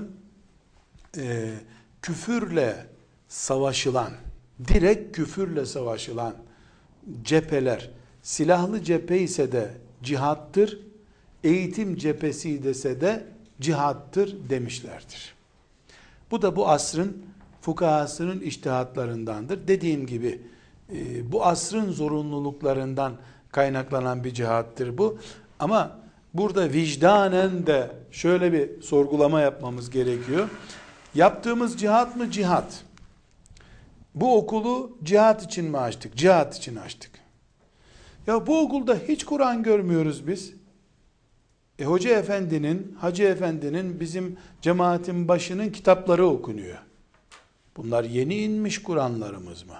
küfürle savaşılan, direkt küfürle savaşılan cepheler, silahlı cephe ise de cihattır, eğitim cephesi dese de cihattır demişlerdir. Bu da bu asrın fukahasının içtihatlarındandır. Dediğim gibi bu asrın zorunluluklarından kaynaklanan bir cihattır bu. Ama burada vicdanen de şöyle bir sorgulama yapmamız gerekiyor. Yaptığımız cihat mı? Cihat. Bu okulu cihat için mi açtık? Cihat için açtık. Ya bu okulda hiç Kur'an görmüyoruz biz. Hoca efendinin, hacı efendinin, bizim cemaatin başının kitapları okunuyor. Bunlar yeni inmiş Kur'anlarımız mı?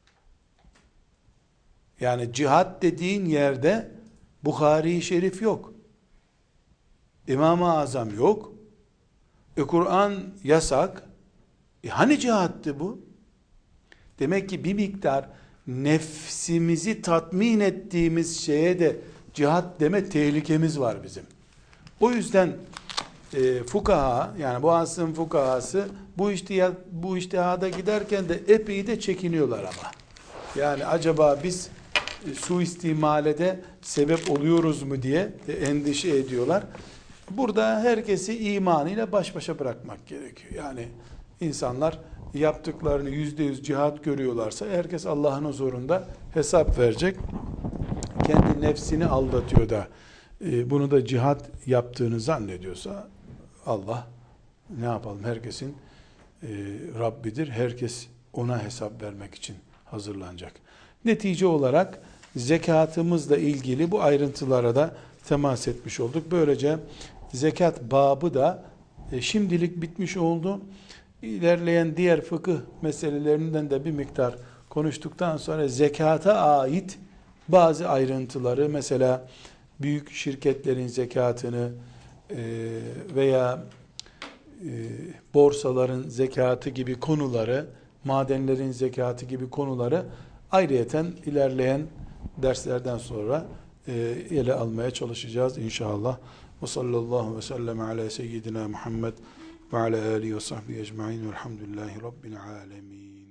Yani cihat dediğin yerde Bukhari-i Şerif yok. İmam-ı Azam yok. Kur'an yasak. Hani cihattı bu? Demek ki bir miktar nefsimizi tatmin ettiğimiz şeye de cihat deme tehlikemiz var bizim. O yüzden fukaha, yani bu asrın fukahası bu içtihada giderken de epey de çekiniyorlar ama. Yani acaba biz suistimalede sebep oluyoruz mu diye endişe ediyorlar. Burada herkesi imanıyla baş başa bırakmak gerekiyor. Yani insanlar yaptıklarını %100 cihat görüyorlarsa herkes Allah'ın huzurunda hesap verecek. Kendi nefsini aldatıyor da bunu da cihat yaptığını zannediyorsa Allah ne yapalım, herkesin Rabbidir. Herkes ona hesap vermek için hazırlanacak. Netice olarak zekatımızla ilgili bu ayrıntılara da temas etmiş olduk. Böylece zekat babı da şimdilik bitmiş oldu. İlerleyen diğer fıkıh meselelerinden de bir miktar konuştuktan sonra zekata ait bazı ayrıntıları, mesela büyük şirketlerin zekatını veya borsaların zekatı gibi konuları, madenlerin zekatı gibi konuları ayrıyeten ilerleyen derslerden sonra ele almaya çalışacağız inşallah. Ve sallallahu ve sellem ala seyyidina Muhammed ve ala alihi ve sahbihi ecmaîn velhamdülillahi rabbil âlemin.